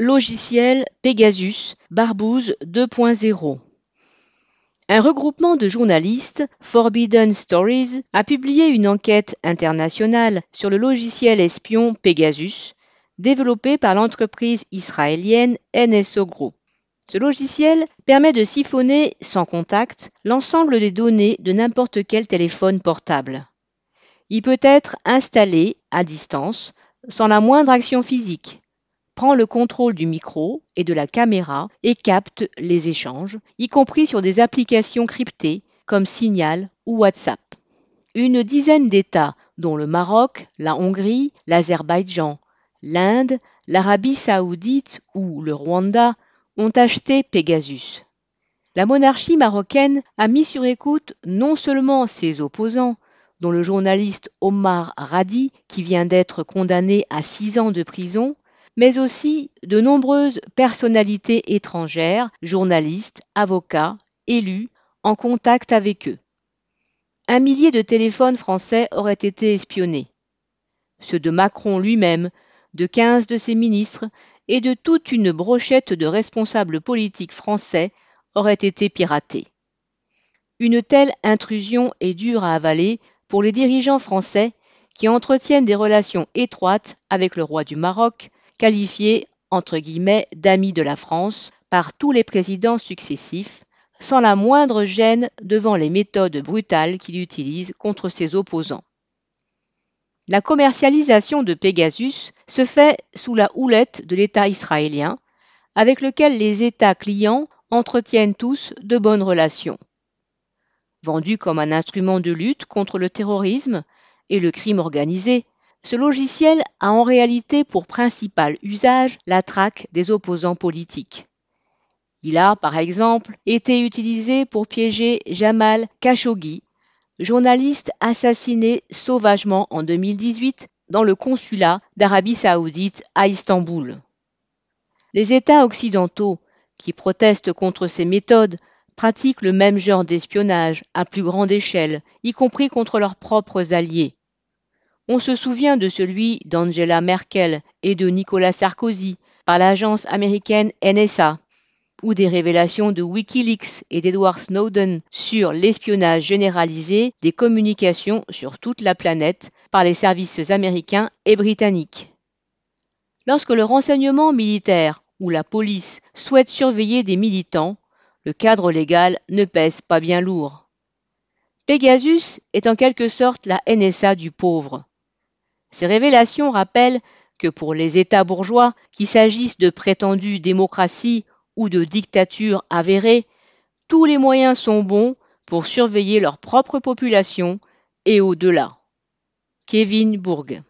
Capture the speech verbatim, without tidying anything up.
Logiciel Pegasus Barbouze deux point zéro. Un regroupement de journalistes, Forbidden Stories, a publié une enquête internationale sur le logiciel espion Pegasus, développé par l'entreprise israélienne N S O Group. Ce logiciel permet de siphonner sans contact l'ensemble des données de n'importe quel téléphone portable. Il peut être installé à distance, sans la moindre action physique, prend le contrôle du micro et de la caméra et capte les échanges, y compris sur des applications cryptées comme Signal ou WhatsApp. Une dizaine d'États, dont le Maroc, la Hongrie, l'Azerbaïdjan, l'Inde, l'Arabie saoudite ou le Rwanda, ont acheté Pegasus. La monarchie marocaine a mis sur écoute non seulement ses opposants, dont le journaliste Omar Radi, qui vient d'être condamné à six ans de prison, mais aussi de nombreuses personnalités étrangères, journalistes, avocats, élus, en contact avec eux. Un millier de téléphones français auraient été espionnés. Ceux de Macron lui-même, de quinze de ses ministres et de toute une brochette de responsables politiques français auraient été piratés. Une telle intrusion est dure à avaler pour les dirigeants français qui entretiennent des relations étroites avec le roi du Maroc, qualifié entre guillemets d'ami de la France par tous les présidents successifs, sans la moindre gêne devant les méthodes brutales qu'il utilise contre ses opposants. La commercialisation de Pegasus se fait sous la houlette de l'État israélien, avec lequel les États clients entretiennent tous de bonnes relations. Vendu comme un instrument de lutte contre le terrorisme et le crime organisé, ce logiciel a en réalité pour principal usage la traque des opposants politiques. Il a, par exemple, été utilisé pour piéger Jamal Khashoggi, journaliste assassiné sauvagement en deux mille dix-huit dans le consulat d'Arabie saoudite à Istanbul. Les États occidentaux, qui protestent contre ces méthodes, pratiquent le même genre d'espionnage à plus grande échelle, y compris contre leurs propres alliés. On se souvient de celui d'Angela Merkel et de Nicolas Sarkozy par l'agence américaine N S A, ou des révélations de Wikileaks et d'Edward Snowden sur l'espionnage généralisé des communications sur toute la planète par les services américains et britanniques. Lorsque le renseignement militaire ou la police souhaite surveiller des militants, le cadre légal ne pèse pas bien lourd. Pegasus est en quelque sorte la N S A du pauvre. Ces révélations rappellent que pour les États bourgeois, qu'il s'agisse de prétendues démocraties ou de dictatures avérées, tous les moyens sont bons pour surveiller leur propre population et au-delà. Kevin Burg.